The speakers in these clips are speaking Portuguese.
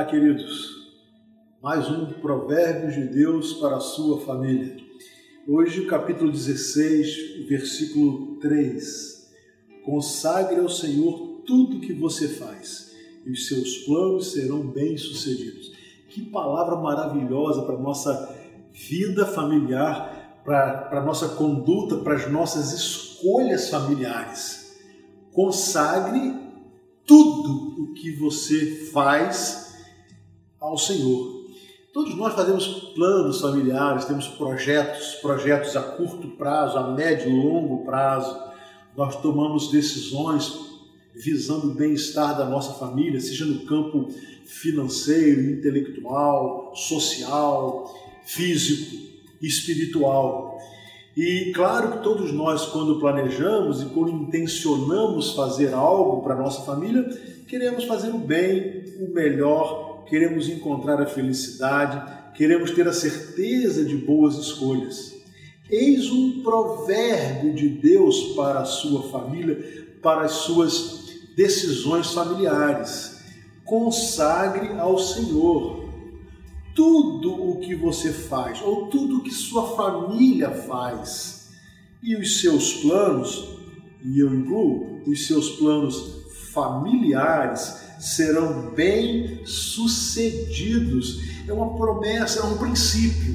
Olá, queridos. Mais um Provérbios de Deus para a sua família. Hoje, o capítulo 16, versículo 3. Consagre ao Senhor tudo o que você faz, e os seus planos serão bem-sucedidos. Que palavra maravilhosa para a nossa vida familiar, para a nossa conduta, para as nossas escolhas familiares. Consagre tudo o que você faz ao Senhor. Todos nós fazemos planos familiares, temos projetos a curto prazo, a médio e longo prazo. Nós tomamos decisões visando o bem-estar da nossa família, seja no campo financeiro, intelectual, social, físico, espiritual. E claro que todos nós, quando planejamos e quando intencionamos fazer algo para a nossa família, queremos fazer o bem, o melhor, queremos encontrar a felicidade, queremos ter a certeza de boas escolhas. Eis um provérbio de Deus para a sua família, para as suas decisões familiares. Consagre ao Senhor tudo o que você faz, ou tudo o que sua família faz, e os seus planos, e eu incluo, os seus planos familiares serão bem-sucedidos. É uma promessa, é um princípio.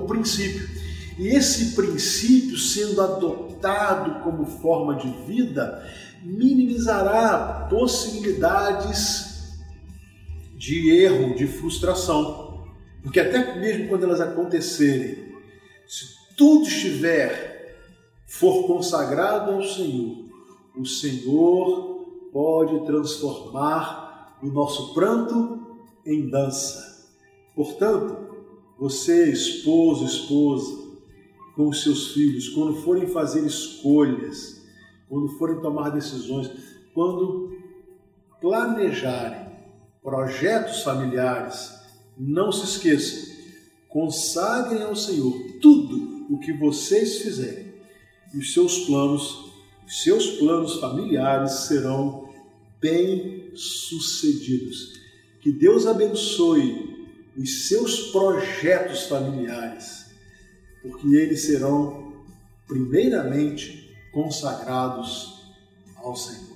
E esse princípio, sendo adotado como forma de vida, minimizará possibilidades de erro, de frustração. Porque até mesmo quando elas acontecerem, se tudo for consagrado ao Senhor, o Senhor pode transformar o nosso pranto em dança. Portanto, você, esposa, com os seus filhos, quando forem fazer escolhas, quando forem tomar decisões, quando planejarem projetos familiares, não se esqueçam, consagrem ao Senhor tudo o que vocês fizerem, e os seus planos familiares serão bem-sucedidos. Que Deus abençoe os seus projetos familiares, porque eles serão primeiramente consagrados ao Senhor.